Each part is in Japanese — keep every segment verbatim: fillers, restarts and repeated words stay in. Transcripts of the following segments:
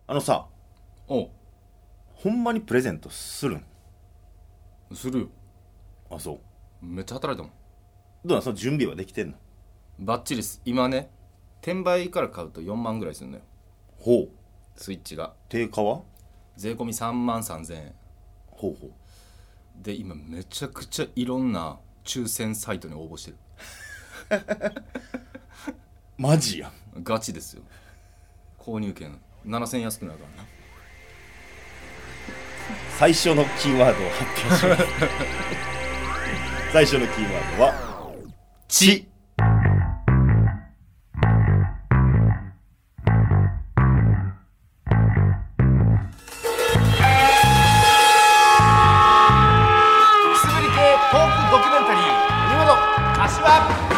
あのさ、 おほんまにプレゼントするん？ するよ。 あ、そう。 めっちゃ働いたもん。 どうなん、その準備はできてんの？ バッチリです。今ね、転売から買うとよんまんぐらいするのよ。 ほう。 スイッチが定価は？ 税込みさんまんさんぜんえんほうほう。 で、今めちゃくちゃいろんな抽選サイトに応募してる。 マジやん。 ガチですよ。購入券ななせんえん安くなるからな。 最初のキーワードを発表します。最初のキーワードはち。 くすぶり系トークドキュメンタリー国本柏。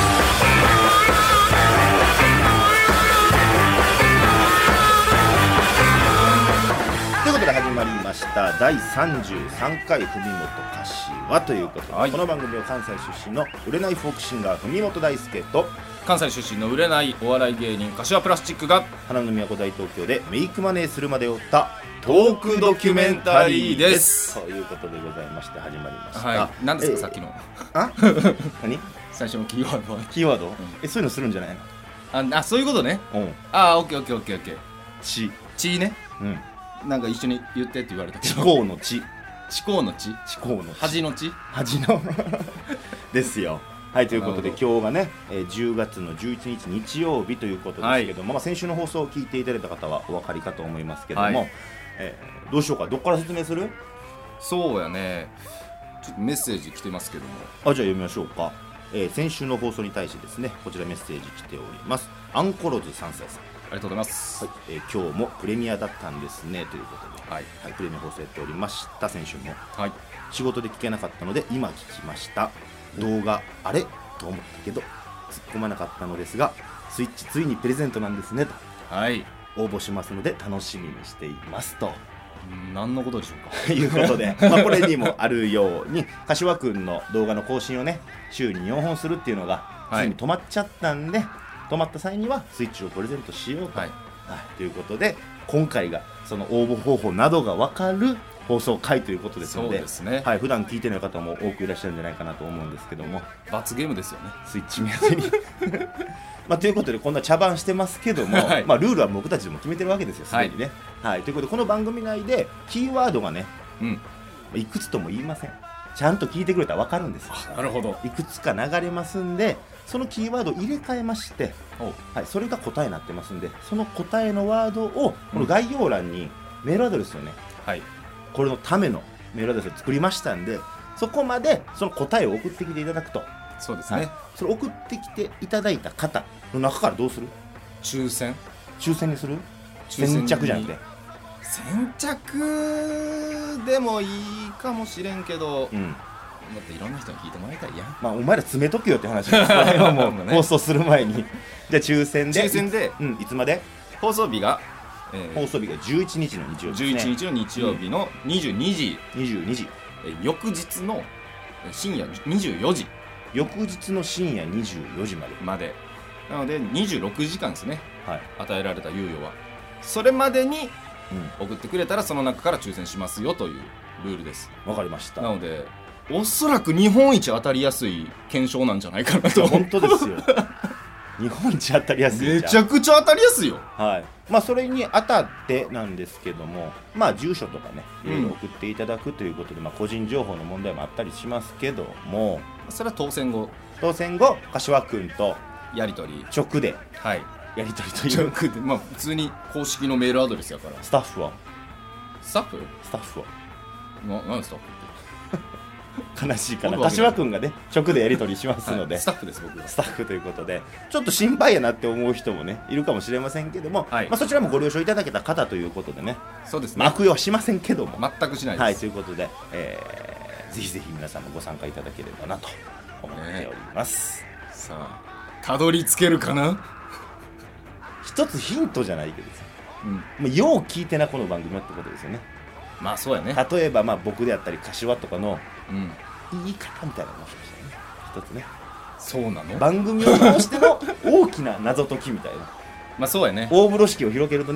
ということで始まりましただいさんじゅうさんかい文元柏ということで、はい、この番組は関西出身の売れないフォークシンガー文元大輔と関西出身の売れないお笑い芸人柏プラスチックが花の都大東京でメイクマネーするまでを追ったトークドキュメンタリーですということでございまして始まりました。 はい、何ですか、 えー、 さっきのあ何最初のキーワードはキーワード、うん、えそういうのするんじゃないの？ ああ、そういうことね。 うん。 ああ、オッケーオッケーオッケーオッケー。 ちちね。 うんなんか一緒に言ってって言われたけど。 地高の地地高の地地高の地恥の地恥のですよ。はいということで今日がね、えー、じゅうがつのじゅういちにち日曜日ということですけども、はい、まあ、先週の放送を聞いていただいた方はお分かりかと思いますけども、はい、えー、どうしようか、どっから説明する？ そうやね、ちょっとメッセージ来てますけども、 あ、じゃあ読みましょうか。えー、先週の放送に対してですね、こちらメッセージ来ております。アンコロズさんさいさん、 ありがとうございます。 はい、えー、今日もプレミアだったんですねということで、 はいはい、プレミア放送やっておりました。先週も、 はい、 仕事で聞けなかったので今聞きました。動画あれと思ったけど突っ込まなかったのですが、スイッチついにプレゼントなんですねと、 はい、 応募しますので楽しみにしていますと何のことでしょうか。 ということで、まあ、これにもあるように柏くんの動画の更新をね週によんほんするっていうのがついに止まっちゃったんで、はい、止まった際にはスイッチをプレゼントしようと、はいはい、ということで今回がその応募方法などが分かる放送回ということですので、そうですね、はい、普段聞いてない方も多くいらっしゃるんじゃないかなと思うんですけども、 罰ゲームですよね、 スイッチ目当てにまあということでこんな茶番してますけども、はい、まあ、ルールは僕たちでも決めてるわけですよ、すでにね、はいはい、ということでこの番組内でキーワードがね、うん、いくつとも言いません。ちゃんと聞いてくれたら分かるんですよ。 なるほど。 いくつか流れますんで、そのキーワードを入れ替えまして、はい、それが答えになってますんで、その答えのワードをこの概要欄にメールアドレスをね、うん、はい、これのためのメールアドレスを作りましたんで、そこまでその答えを送ってきていただくと。 そうですね、はい、 それ送ってきていただいた方の中からどうする？ 抽選抽選にする？先着じゃなくて先着でもいいかもしれんけど、うん、だっていろんな人に聞いてもらいたいやん。 まあお前ら詰めとけよって話です。これはもう放送する前にじゃあ抽選で抽選で、 うん、いつまで？ 放送日が、 えー、放送日がじゅういちにちの日曜日ですね。じゅういちにちの日曜日のにじゅうにじ、 にじゅうにじ、 えー、翌日の深夜にじゅうよじ、 翌日の深夜にじゅうよじまでまでなのでにじゅうろくじかんですね、はい、与えられた猶予は。それまでに送ってくれたらその中から抽選しますよというルールです。 わかりました。 なのでおそらく日本一当たりやすい検証なんじゃないかなと。 本当ですよ日本一当たりやすい、 めちゃくちゃ当たりやすいよ。 はい、まあそれに当たってなんですけども、まあ住所とかねいろいろ送っていただくということで、うん、まあ個人情報の問題もあったりしますけども、 それは当選後当選後柏くんとやり取り直で、 はい、 やり取りという直で、まあ普通に公式のメールアドレスやから。 スタッフはスタッフスタッフはな何スタッフ悲しいかな。柏くんがね直でやり取りしますので、 はい、スタッフです。僕はスタッフということでちょっと心配やなって思う人もねいるかもしれませんけども、はい、まあ、そちらもご了承いただけた方ということでね。 そうですね、 まあ、悪用はしませんけども全くしないです、 はい、ということで、えー、ぜひぜひ皆さんもご参加いただければなと思っております、ね、 さあたどり着けるかな。 一つヒントじゃないけどさ、うん、もうよう聞いてなこの番組はってことですよね。 まあそうやね。 例えばまあ僕であったり柏とかの、 うん、 言い方みたいなのもしかしたらね一つね。 そうなの？ 番組を通しての大きな謎解きみたいなまあそうやね。 大風呂敷を広げるとね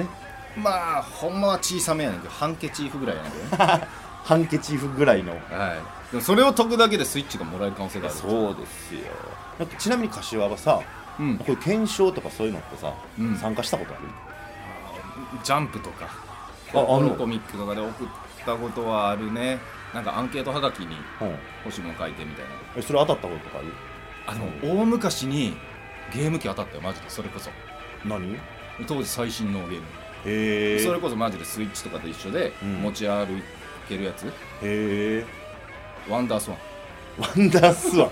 まあほんまは小さめやねんけどハンケチーフぐらいやねんけどねハンケチーフぐらいの、はい、 でもそれを解くだけでスイッチがもらえる可能性がある。 そうですよ。だってちなみに柏はさ、うん、こういう検証とかそういうのってさ、うん、参加したことある？ ジャンプとかコロコミックとかで送ったことはあるね。なんかアンケートはがきに欲しいもの書いてみたいな、 うん、えそれ当たったこととかある？ あの、うん、大昔にゲーム機当たったよマジで。それこそ何？ 当時最新のゲーム。 へー。 それこそマジでスイッチとかと一緒で持ち歩けるやつ、うん、 へー。 ワンダースワンワンダースワン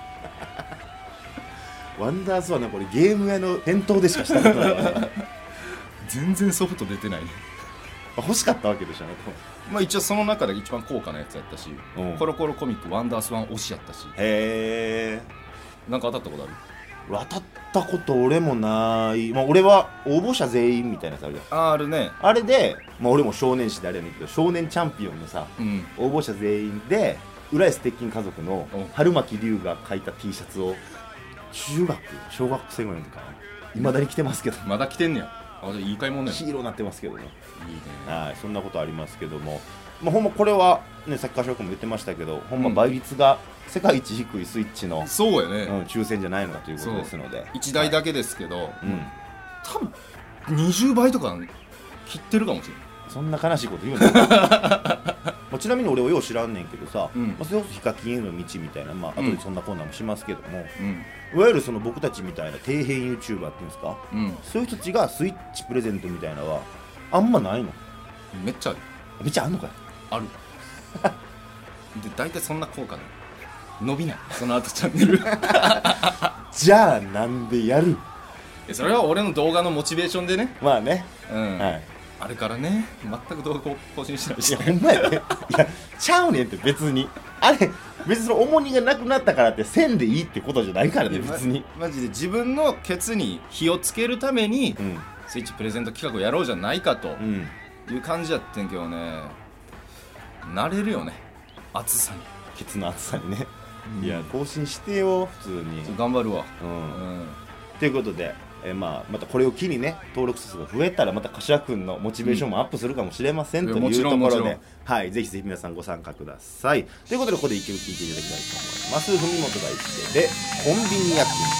ワンダースワンね、これゲーム屋の店頭でしかしたことない全然ソフト出てないね欲しかったわけでしょ。 まあ一応その中で一番高価なやつやったし、うん、コロコロコミックワンダースワン推しやったし。 へー。なんか当たったことある？ 当たったこと俺もない、まあ、俺は応募者全員みたいなやつあるじゃん。 あ、あるね。 あれで、まあ、俺も少年誌であれやねんけど少年チャンピオンのさ、うん、応募者全員で浦安鉄筋家族の春巻龍が書いた T シャツを中学小学生ぐらいの時かないまだに着てますけど。 まだ着てんねや。あ、じゃあいい買い物ね。 ヒーローになってますけどね。いいね。 はい、そんなことありますけども、まあ、ほんまこれはね、さっき柏君も言ってましたけど、ほんま倍率が世界一低いスイッチの、 そうやね、 うん、抽選じゃないのかということですので、 いちだいだけですけど、はい、うん、多分にじゅうばいとか切ってるかもしれない。 そんな悲しいこと言うのまあちなみに俺はよう知らんねんけどさ、うん、まあ、それこそヒカキンへの道みたいな、まあ後でそんなコーナーもしますけども、うん、いわゆるその僕たちみたいな底辺 YouTuber っていうんですか、うん、そういう人たちがスイッチプレゼントみたいなのはあんまないの？ めっちゃある。 めっちゃあんのかよ。 あるで大体そんな効果ない。伸びないその後チャンネルじゃあなんでやる？ それは俺の動画のモチベーションでね。 まあね、 うん、はい、あれからね全く動画更新してないし。 いやほんまやね。いやちゃうねんって別にあれ別にその重荷がなくなったからってせんでいいってことじゃないからね別に。 マジで自分のケツに火をつけるために、うん、スイッチプレゼント企画をやろうじゃないかという感じやってんけどね、慣れるよね暑さに。 ケツの暑さにね、うん、いや更新してよ普通に。 頑張るわ、 うんうん、ということでえーまあ、またこれを機にね登録者数が増えたらまた柏君のモチベーションもアップするかもしれません、うん、というところで、はい、ぜひぜひ皆さんご参加ください。ということでここで一曲聴いていただきたいと思います。文元大輔でコンビニ夜勤。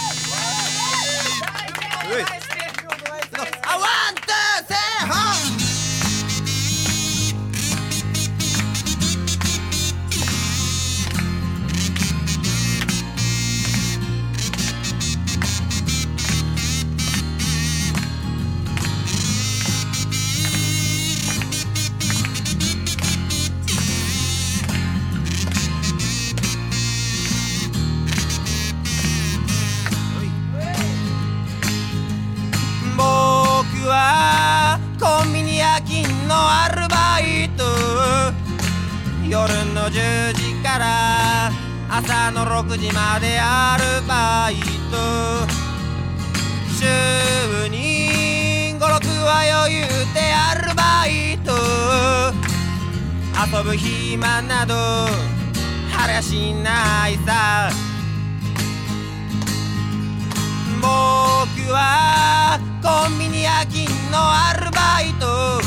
アルバイト夜のじゅうじから朝のろくじまでアルバイト。週にごろくは余裕でアルバイト。遊ぶ暇などありゃしないさ。僕はコンビニ夜勤のアルバイト。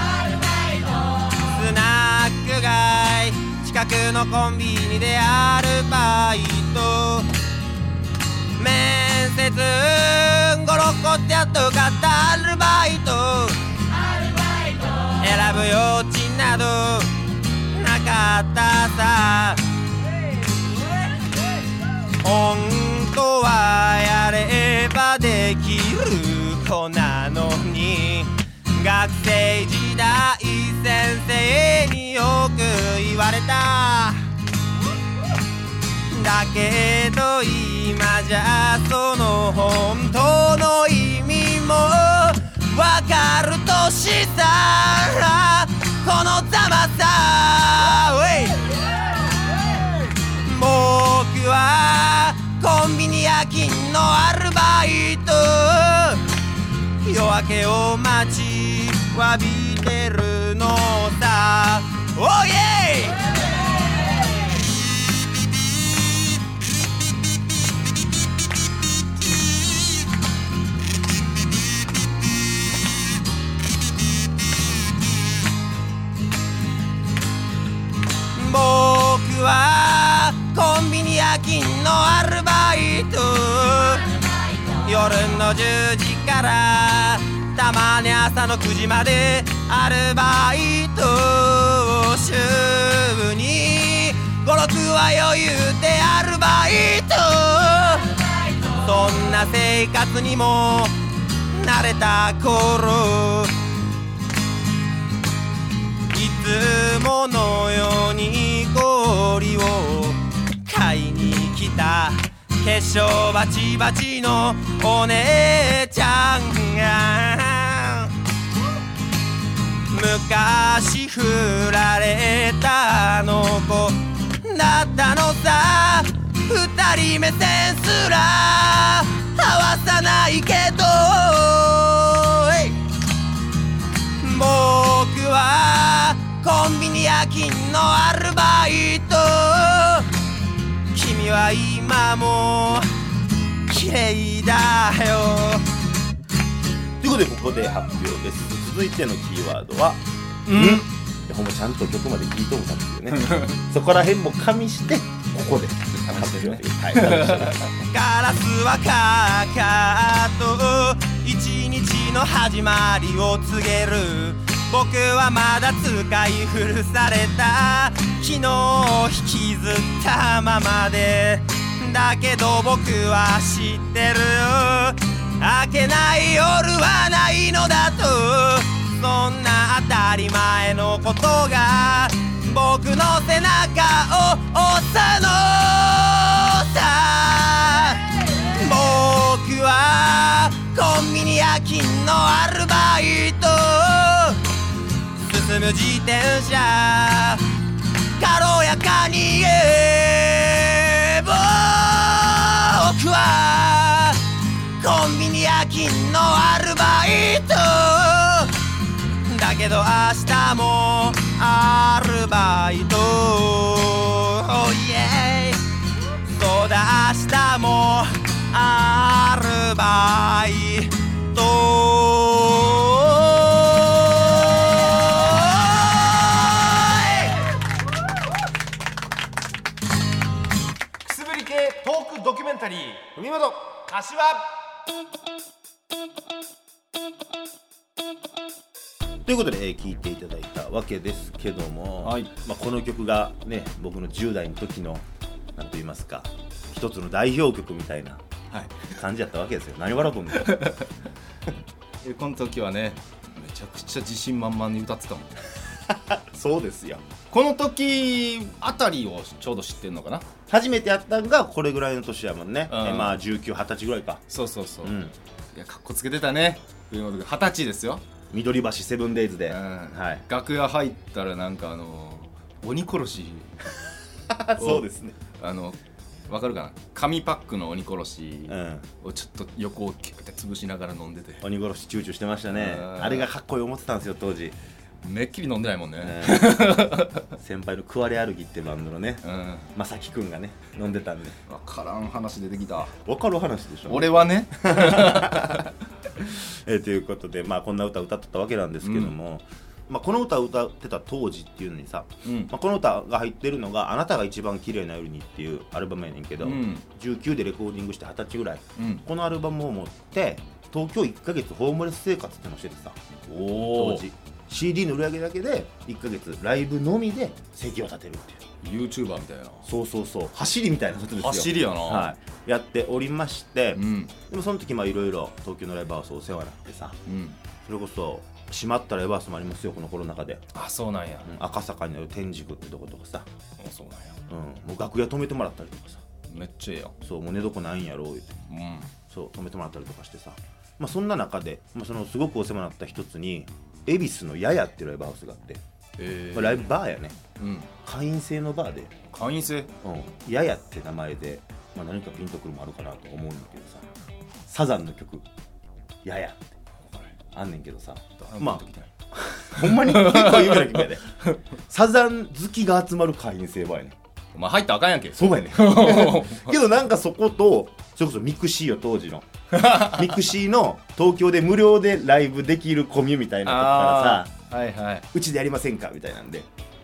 スナック街近くのコンビニでアルバイト。面接ごろっこってやっとかったアルバイト。選ぶ余地などなかったさ。本当はやればできる子なのに、学生時代先生によく言われた。だけど今じゃその本当の意味もわかる年さ。このざまさ僕はコンビニ夜勤のアルバイト。夜明けを待ちわびてるのさ。おいえい勤のアルバイト夜のじゅうじからたまに朝のくじまでアルバイト週にごろくは余裕でアルバイトそんな生活にも慣れた頃いつものように氷を買いに来た化粧バチバチのお姉ちゃんが昔振られたあの子だったのさ二人目線すら合わさないけど僕はコンビニ夜勤のアルバイト君は今も綺麗だよということでここで発表です。続いてのキーワードは 「ん」 ほんまちゃんと曲まで聴いとるかっていうねそこら辺も加味してここで発表して、はい、 ガラスはカーカーと一日の始まりを告げる僕はまだ使い古された昨日引きずったままでだけど僕は知ってる明けない夜はないのだとそんな当たり前のことが僕の背中を押すのさ僕はコンビニ夜勤のアルバイト進む自転車軽やかに僕はコンビニ夜勤のアルバイトだけど明日もアルバイト oh yeah そうだ明日もアルバイトくすぶり系トークドキュメンタリー海本柏ということで、えー、聴いていただいたわけですけども、 はいまあ、この曲がね僕のじゅう代の時のなんと言いますか一つの代表曲みたいな感じだったわけですよ。何笑うとんねんこの時はねめちゃくちゃ自信満々に歌ってたもんそうですよ。 この時あたりをちょうど知ってんのかな。 初めてやったんがこれぐらいの年やもんね、 うんえー、まあじゅうきゅう、はたちぐらいか。 そうそうそう、 うん、 いやかっこつけてたね冬本君はたちですよ。 緑橋セブンデイズで、 うんはい、 楽屋入ったらなんかあの鬼殺しそうですね。 あのわかるかな、紙パックの鬼殺しうんをちょっと横をキュッて潰しながら飲んでて、 鬼殺しチューチューしてましたね。 うんあれがかっこいい思ってたんですよ当時。 めっきり飲んでないもんね、 ね先輩のクワレアルギってバンドのねうんまさきくんがね飲んでたんで。 わからん話出てきた。 分かる話でしょ俺はねえーということで、まあ、こんな歌歌ってたわけなんですけども、うんまあ、この歌を歌ってた当時っていうのにさ、 うんまあ、この歌が入ってるのがあなたが一番綺麗な夜にっていうアルバムやねんけど、 うん、 じゅうきゅうでレコーディングしてはたちぐらい、 うん、 このアルバムを持って東京いっかげつホームレス生活ってのをしててさ、 お当時 シーディー の売り上げだけでいっかげつライブのみで生計を立てるっていう YouTuber みたいな。 そうそうそう走りみたいなことですよ。 走りやな、 はい、やっておりまして、 うん、 でもその時いろいろ東京のライブハウスお世話になってさ、 うん、 それこそ閉まったライブハウスもありますよこのコロナ禍で。 あ、そうなんや、 うん、赤坂にある天竺ってとことかさ、 あ、そうなんや、 うん、もう楽屋止めてもらったりとかさ、 めっちゃええやん。 そうもう寝床ないんやろう言うて、 うん、 そう止めてもらったりとかしてさ、まあ、そんな中で、まあ、そのすごくお世話になった一つに恵比寿のややっていうライブハウスがあって、 えーまあ、ライブバーやね、 うん、 会員制のバーで、 会員制、 うん、ややって名前で、まあ、何かピンとくるもあるかなと思うんだけどさ、サザンの曲ややってあんねんけどさ、まあほんまに結構有名な曲やでサザン好きが集まる会員制バーやねん。 お前入ったらあかんやんけ。 そうやねんけどなんかそことそれこそミクシーよ当時のミクシーの東京で無料でライブできるコミュみたいなとこからさ、 はいはい、 うちでやりませんかみたいなんで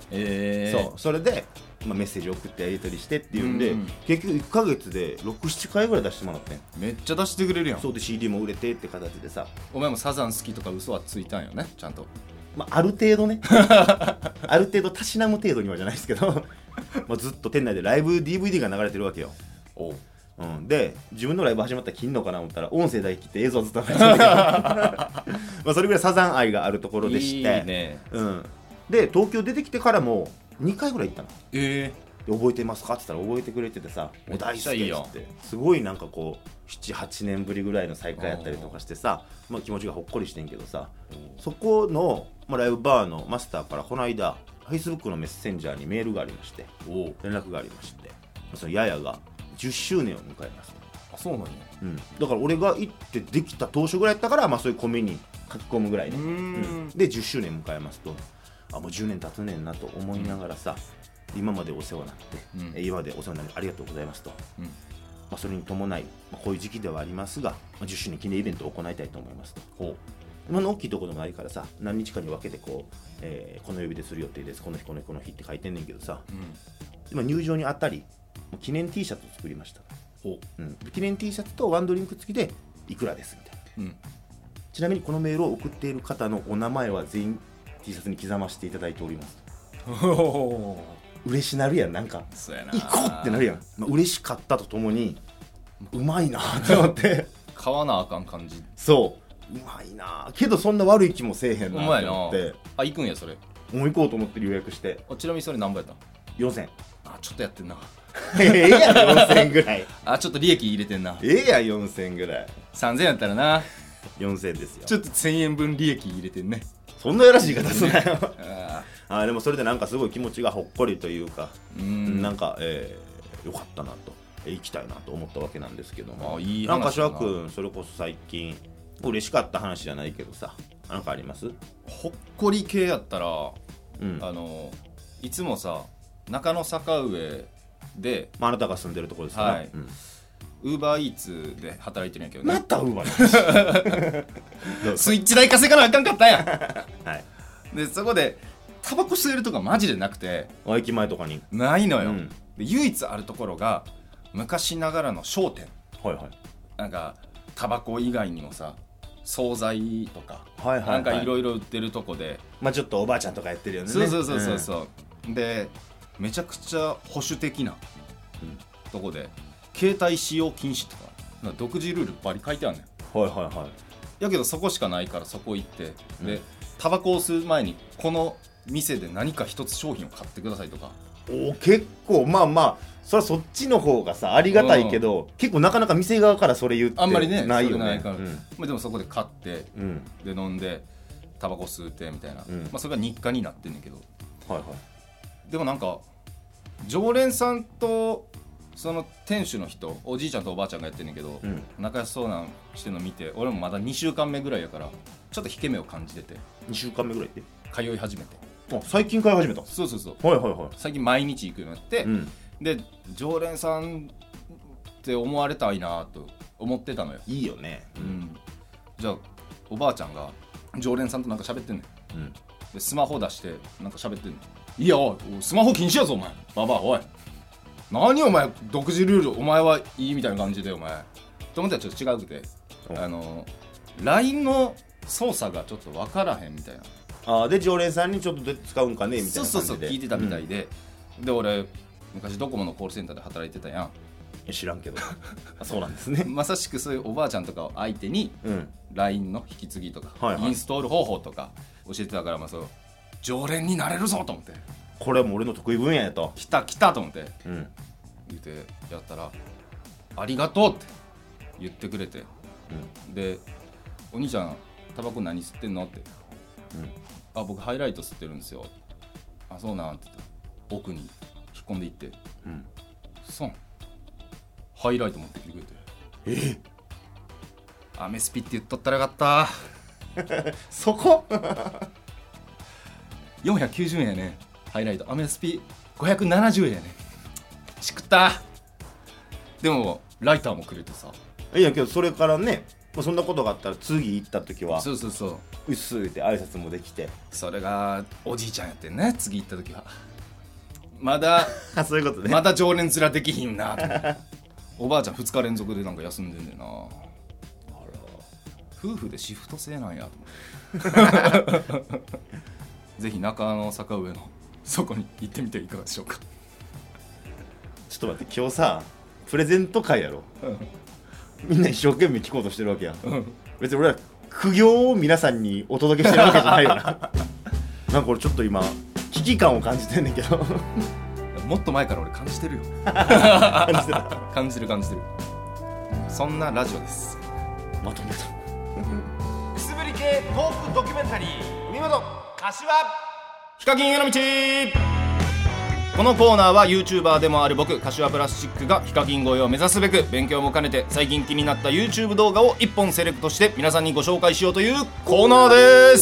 えー、 そうそれで、まあ、メッセージ送ってやり取りしてっていうんで、 うん、 結局いっかげつでろく、ななかいぐらい出してもらってん。 めっちゃ出してくれるやん。 そうで シーディー も売れてって形でさ、 お前もサザン好きとか嘘はついたんよね、ちゃんと。 まあ、ある程度ねある程度たしなむ程度にはじゃないですけどまあずっと店内でライブ ディーブイディー が流れてるわけよ。 おう、 うん、で自分のライブ始まったら切んのかなと思ったら音声だけ切って映像ずっと流れてるまあそれぐらいサザン愛があるところでして、 いいね、 うん、で東京出てきてからもにかいぐらい行ったの。 えで覚えてますかって言ったら覚えてくれててさ、 めっちゃ大好きいいよってすごいなんかこうななはちねんぶりぐらいの再会やったりとかしてさ、まあ、気持ちがほっこりしてんけどさ、そこの、まあ、ライブバーのマスターからこの間 Facebook のメッセンジャーにメールがありまして、 お連絡がありまして、そのややがじゅっしゅうねんを迎えます。 あ、そうなんや、 うん、だから俺が行ってできた当初ぐらいやったから、まあ、そういうコミに書き込むぐらいね。 うーん、 うん、でじゅっしゅうねん迎えますと、あもうじゅうねん経つねんなと思いながらさ、今までお世話になって、うん、今までお世話になりありがとうございますと、うん、まあ、それに伴い、まあ、こういう時期ではありますが、まあ、じゅっしゅうねん記念イベントを行いたいと思いますと。ほう、今の大きいところでもないからさ、何日かに分けてこう、えー、この曜日でする予定です、この日この日この日って書いてんねんけどさ、うん、今入場にあたり記念 T シャツを作りました。ほう、うん、記念 T シャツとワンドリンク付きでいくらですみたいな、うん、ちなみにこのメールを送っている方のお名前は全員 T シャツに刻ませていただいておりますと。嬉しなるやん、なんかそうやな、 行こうってなるやん、まあ、嬉しかったとともにうまいなって思って買わなあかん感じ。 そう、うまいなけどそんな悪い気もせえへんなって思って、 あ、行くんやそれ。 もう行こうと思って予約して。 あ、ちなみにそれ何倍やった？ よんせん。 あ、ちょっとやってんな。 ええやんよんせんぐらい。 あ、ちょっと利益入れてんな。 ええやんよんせんぐらい。 さんぜんやったらな。 よんせんですよ。 ちょっとせんえんぶん利益入れてんね。 そんなやらしい言い方すなよ。ああ、でもそれでなんかすごい気持ちがほっこりというか、うん、なんか、えー、よかったなと、えー、行きたいなと思ったわけなんですけども。 あ、いい話だな。 なんか柏君、それこそ最近嬉しかった話じゃないけどさ、なんかあります？ ほっこり系やったら、 うん、 あのいつもさ、中野坂上で、 まあ、あなたが住んでるところですから、 はい、ウーバーイーツで働いてるんやけどね。 またウーバースイッチ代稼がなあかんかったやん。 はい、でそこでタバコ吸えるとかマジでなくて、 駅前とかにないのよ、 うん、 で唯一あるところが昔ながらの商店、 はいはい、 なんかタバコ以外にもさ、惣菜とか、 はいはいはい、 なんかいろいろ売ってるとこで、 まあちょっとおばあちゃんとかやってるよね。 そうそうそうそうそう、うん、でめちゃくちゃ保守的な、うん、とこで携帯使用禁止とかなんか独自ルールバリ書いてあるねん。 はいはいはい。 やけどそこしかないからそこ行って、うん、でタバコを吸う前にこの店で何か一つ商品を買ってくださいとか。 お、結構まあまあそれはそっちの方がさありがたいけど、うん、結構なかなか店側からそれ言ってあんまりねないよね。 うん、まあ、でもそこで買って、うん、で飲んでタバコ吸うてみたいな、うん、まあ、それが日課になってんねんけど、 はいはい、 でもなんか常連さんとその店主の人、おじいちゃんとおばあちゃんがやってんねんけど、うん、仲良しそうなんしてるの見て、俺もまだにしゅうかんめぐらいやからちょっと引け目を感じてて。 にしゅうかんめぐらいって通い始めて。 あ、最近通い始めた。 そうそうそう、 はいはいはい、 最近毎日行くようになって、うん、で常連さんって思われたいなと思ってたのよ。 いいよね、 うん、じゃあおばあちゃんが常連さんとなんか喋ってんねん、うん、でスマホ出してなんか喋ってんねん。いやおい、スマホ禁止やぞお前ババア、おい何お前独自ルールお前はいいみたいな感じでお前と思ったらちょっと違うくて、あの ライン の操作がちょっと分からへんみたいな。 あで常連さんにちょっとどうやって使うんかねみたいな感じで。 そうそうそう聞いてたみたいで、うん、で俺昔ドコモのコールセンターで働いてたやん。 知らんけどそうなんですね。 まさしくそういうおばあちゃんとかを相手に、うん、ライン の引き継ぎとか、はいはい、インストール方法とか教えてたから、まあ、そう常連になれるぞと思って、 これはもう俺の得意分野やと、 来た来たと思って、うん、言ってやったらありがとうって言ってくれて、うん、でお兄ちゃんタバコ何吸ってんのって、うん、あ僕ハイライト吸ってるんですよ。あそうなんって言ったら奥に引っ込んでいって、うん、そうハイライト持ってきてくれて、 えアメスピって言っとったらよかったそこよんひゃくきゅうじゅうえんやねハイライト。アメスピごひゃくななじゅうえんやね。しくった。でもライターもくれてさ。 いやけどそれからねまあ、そんなことがあったら次行った時はそうそうそううっすーって挨拶もできてそれがおじいちゃんやってんね次行った時はまだそういうことねまだ常連面できひんなとおばあちゃんふつか連続でなんか休んでんねんな夫婦でシフト制なんやと思ってぜひ中野坂上のそこに行ってみていかがでしょうか。 ちょっと待って今日さプレゼント会やろみんな一生懸命聞こうとしてるわけやん別に俺ら苦行を皆さんにお届けしてるわけじゃないよななんか俺ちょっと今危機感を感じてんねんけどもっと前から俺感じてるよ感じてた感じてる感じてるそんなラジオです。 まとめたくすぶり系トークドキュメンタリー海本柏ヒカキンへの道。このコーナーは YouTuber でもある僕柏プラスチックがヒカキン超えを目指すべく勉強も兼ねて最近気になった YouTube 動画をいっぽんセレクトして皆さんにご紹介しようというコーナーです。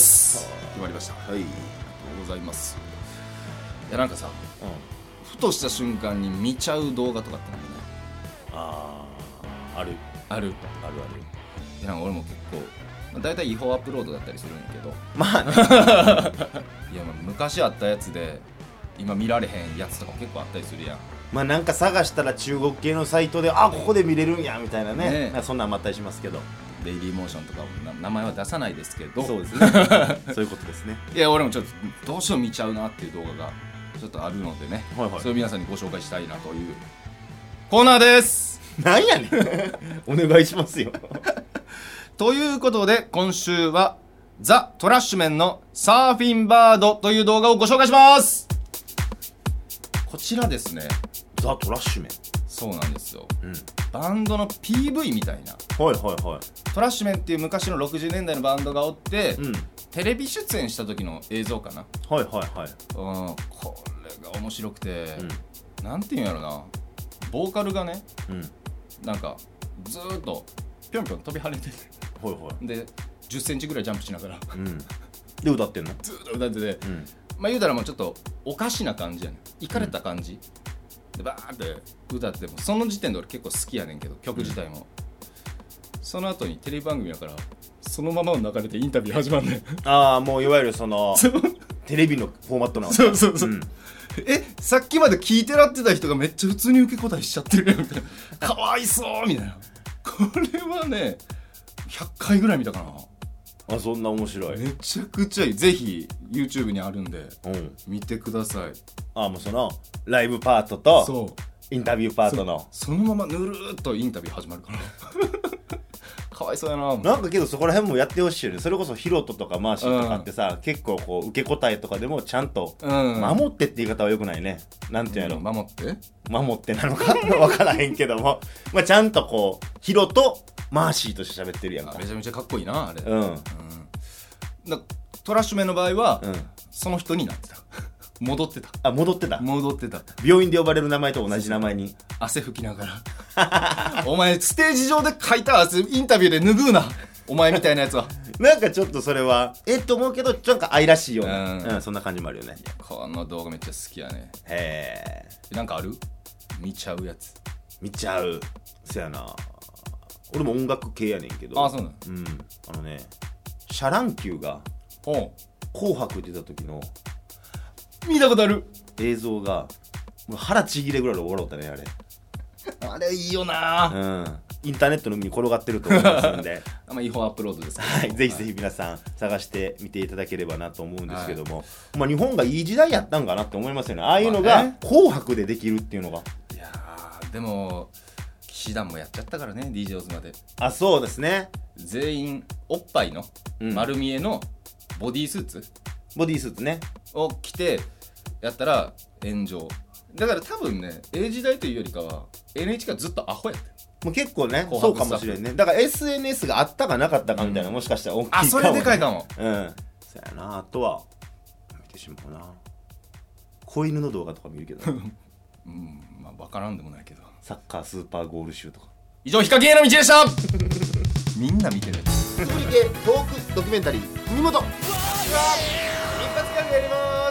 決まりました。 はい、ありがとうございます。いやなんかさ、うん、ふとした瞬間に見ちゃう動画とかってなんかねあーあるあるあるあるある。なんか俺も結構だいたい違法アップロードだったりするんやけどまあねいやまあ昔あったやつで今見られへんやつとかも結構あったりするやん。 まあなんか探したら中国系のサイトであここで見れるんやみたいなね、 ねなんかそんなんもあったりしますけどデイリーモーションとかな名前は出さないですけどそうですねそういうことですね。 いや俺もちょっとどうしよう見ちゃうなっていう動画がちょっとあるのでね、 はいはい、 それを皆さんにご紹介したいなというコーナーです。 なんやねんお願いしますよということで今週はザ・トラッシュメンのサーフィンバードという動画をご紹介します。こちらですねザ・トラッシュメンそうなんですよ、 うん、 バンドの ピーブイ みたいなはいはいはいトラッシュメンっていう昔のろくじゅうねんだいのバンドがおって、うん、テレビ出演した時の映像かな。 はいはいはい、 うん、これが面白くて、うん、なんていうんやろなボーカルがね、うん、なんかずーっとぴょんぴょん飛び跳ねててはいはいでじゅっセンチぐらいジャンプしながら、うん、 で歌ってんのずーっと歌ってて、うん、まあ言うたらもうちょっとおかしな感じやねんいかれた感じ、うん、でバーって歌ってもその時点で俺結構好きやねんけど曲自体も、うん、その後にテレビ番組やからそのまま流れてインタビュー始まんねんああもういわゆるそのテレビのフォーマットなのそうそうそう、うん、えさっきまで聞いてらってた人がめっちゃ普通に受け答えしちゃってるやんみたいなかわいそうみたいなこれはねひゃっかいぐらい見たかな。 あそんな面白いめちゃくちゃいい。ぜひ YouTube にあるんで、うん、見てください。 あもうそのライブパートとそうインタビューパートのそ, そのままぬるーっとインタビュー始まるからかわいそうやな。 なんかけどそこら辺もやってほしいよね。それこそヒロトとかマーシーとかってさ、うん、結構こう受け答えとかでもちゃんと守ってって言い方はよくないね。なんていうの、うん、 守って守ってなのか分からへんけどもまあちゃんとこうヒロトマーシーとして喋ってるやんか。 めちゃめちゃかっこいいなあれ、 うんうん、 だトラッシュメンの場合は、うん、その人になってた戻ってたあ戻ってた戻ってた病院で呼ばれる名前と同じ名前に汗拭きながらお前ステージ上で書いた汗インタビューで拭うなお前みたいなやつはなんかちょっとそれはえっと思うけどなんか愛らしいような、うんうん、そんな感じもあるよね。 いやこの動画めっちゃ好きやね。 へえなんかある見ちゃうやつ見ちゃうそやな。俺も音楽系やねんけどあそうなん、 うん、あのねシャ乱 Q が紅白出た時の見たことある映像がもう腹ちぎれぐらいで笑ったねあれあれいいよな、 うん、インターネットの海に転がってると思いますんであんま違法アップロードですから、 はい、ぜひぜひ皆さん探してみていただければなと思うんですけども、はい、まあ、日本がいい時代やったんかなって思いますよね。ああいうのが紅白でできるっていうのが、 いやでも騎士団もやっちゃったからね ディージェー オズまで。 あそうですね。 全員おっぱいの丸見えのボディースーツ、 ボディースーツねを着てやったら炎上だから多分ね A 時代というよりかは エヌエイチケー はずっとアホやってもう結構ねそうかもしれんね。だから エスエヌエス があったかなかったかみたいな、うん、もしかしたら大きいかも、ね、 あそれでかいかも。 うんそうやな。あとは見てしまうな子犬の動画とか見るけどうんまあ分からんでもないけどサッカースーパーゴール集とか。 以上ヒカキンへの道でしたみんな見てるつぶり系トークドキュメンタリー海本一発ギャグやります。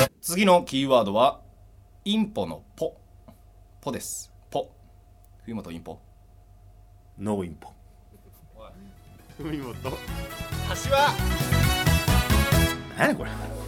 次のキーワードはインポのポポです。ポ冬本インポノーインポ文元柏。 何やこれ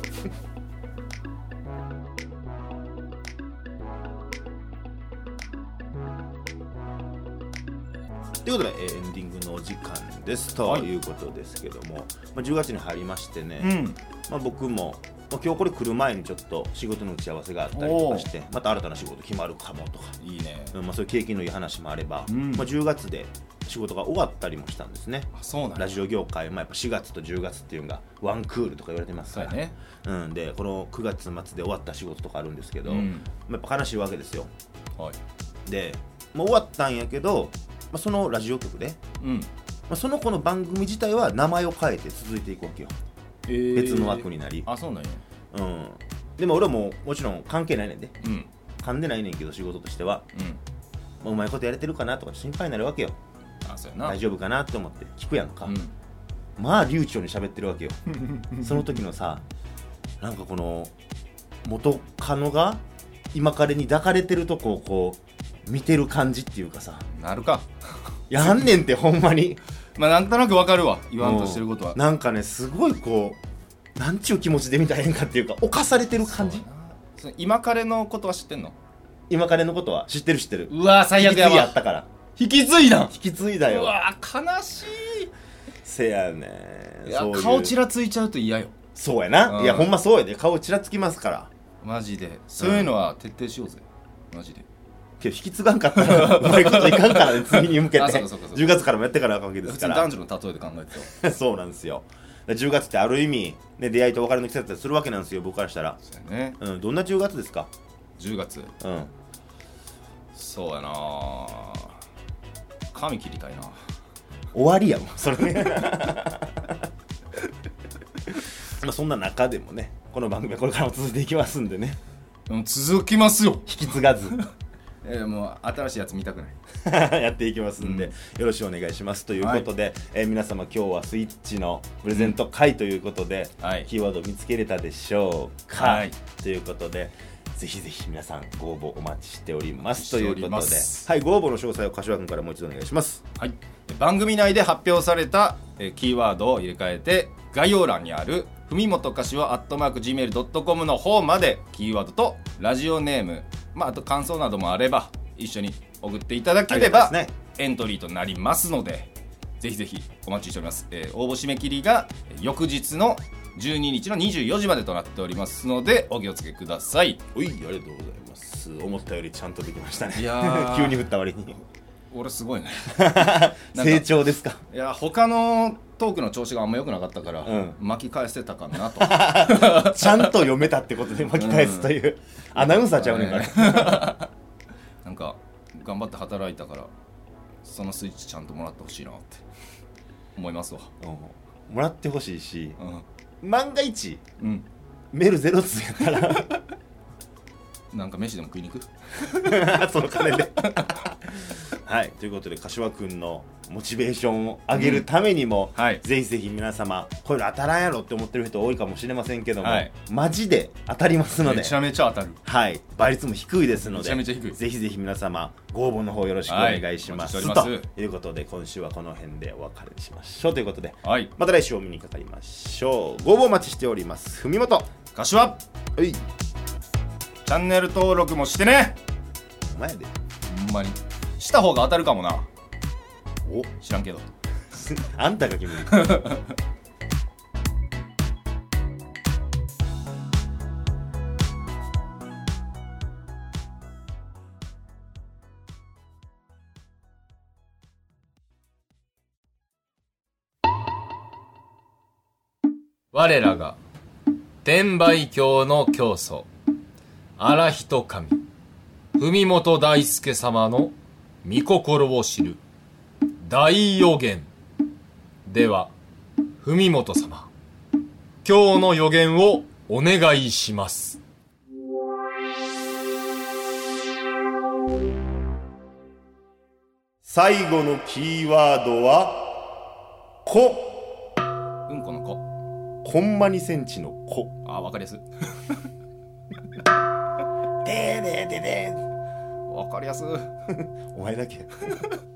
ということで、えーエンディングのお時間ですということですけども、まあ、じゅうがつに入りましてね、 うんまあ、僕も、まあ、今日これ来る前にちょっと仕事の打ち合わせがあったりとかしてまた新たな仕事決まるかもとか、 いいね。 うんまあ、そういう景気のいい話もあれば、 うんまあ、じゅうがつで仕事が終わったりもしたんですね。 あ、そうなんラジオ業界、まあ、やっぱしがつとじゅうがつっていうのがワンクールとか言われてますから、 そうやね。 うん、でこのくがつ末で終わった仕事とかあるんですけど、 うんまあ、やっぱ悲しいわけですよ。 はいで、もう終わったんやけど、まあ、そのラジオ局で、 うんまあ、その子の番組自体は名前を変えて続いていくわけよ、 えー別の枠になり、 あ、そうなんや。 うん、でも俺はもうもちろん関係ないねんで、 うん噛んでないねんけど仕事としては、 うんまあ、うまいことやれてるかなとか心配になるわけよ。 あ、そうやな。 大丈夫かなって思って聞くやんか、 うんまあ流暢に喋ってるわけよその時のさ、なんかこの元カノが今彼に抱かれてるとこをこう見てる感じっていうかさ、 なるか。 やんねんってほんまにまあなんとなくわかるわ、言わんとしてることはうん。なんかねすごいこうなんちゅう気持ちで見たらええんかっていうか侵されてる感じ。 その今彼のことは知ってんの？ 今彼のことは知ってる知ってる。 うわー、最悪や引き継ぎやわ。 ったから引き継いだん。 引き継いだよ。 うわー、悲しせやねい。いや、 そういう顔ちらついちゃうと嫌よ。 そうやな、 うんいやほんまそうやで、顔ちらつきますから。 マジで。そういうのは徹底しようぜ。マジで。 けど引き継がんかったらうまいこといかんからね、次に向けあてそうかそうかそうかじゅうがつからもやってからあかんわけですから普通に男女の例えで考えてた。 そうなんですよ。じゅうがつってある意味、ね、出会いと別れの季節だったりするわけなんですよ、僕からしたら。 そうやね。 うん、どんなじゅうがつですか？ じゅうがつ。 うんそうやなー。髪切りたいな。 終わりやもんそれねまあそんな中でもね、この番組はこれからも続いていきますんでね、 うん続きますよ。 引き継がずえー、もう新しいやつ見たくない。 やっていきますんで、 うんよろしくお願いしますということで、えー皆様今日はスイッチのプレゼント会ということで、 はいキーワードを見つけれたでしょうか、 はいということでぜひぜひ皆さんご応募お待ちしておりますとお待ちしておりいうことで、 ますはい、ご応募の詳細を柏君からもう一度お願いします。 はい、番組内で発表された、えーキーワードを入れ替えて概要欄にある文元柏アットマーク ジーメールドットコム の方までキーワードとラジオネーム、まあ、あと感想などもあれば一緒に送っていただければ、 ありがたいですねエントリーとなりますのでぜひぜひお待ちしております、えー応募締め切りがえー翌日のじゅうににちのにじゅうよじまでとなっておりますのでお気をつけください。 おい、ありがとうございます。思ったよりちゃんとできましたね。 いやー急に振った割に俺すごいね成長ですか？ いや他のトークの調子があんま良くなかったから、 うん巻き返せたかなとちゃんと読めたってことで巻き返すという、うん、アナウンサーちゃうねんからなんか頑張って働いたからそのスイッチちゃんともらってほしいなって思いますわ。 もらってほしいし、 うん、 万が一うん、 メールゼロ通やったらなんか飯でも食いに行くその金ではい、ということで柏くんのモチベーションを上げるためにも、 うんはい、 ぜひぜひ皆様こういうの当たらんやろって思ってる人多いかもしれませんけども、 はい、 マジで当たりますので、 めちゃめちゃ当たる。 はい、倍率も低いですので、 めちゃめちゃ低い。 ぜひぜひ皆様ご応募の方よろしくお願いします、 はい、お待ちしております。 ということで今週はこの辺でお別れしましょうということで、 はい、 また来週お見にかかりましょう。ご応募お待ちしております。文元柏はいチャンネル登録もしてね。 お前やでほんまにした方が当たるかもな。 お知らんけどあんたが決める我らが天売教の教祖荒人神文元大輔様の御心を知る大予言では、文元様、今日の予言をお願いします。 最後のキーワードはこ。 うんこの子。 コンマにセンチのこ。 あー、わかりやすいでーでーでーでーわかりやすいお前だけ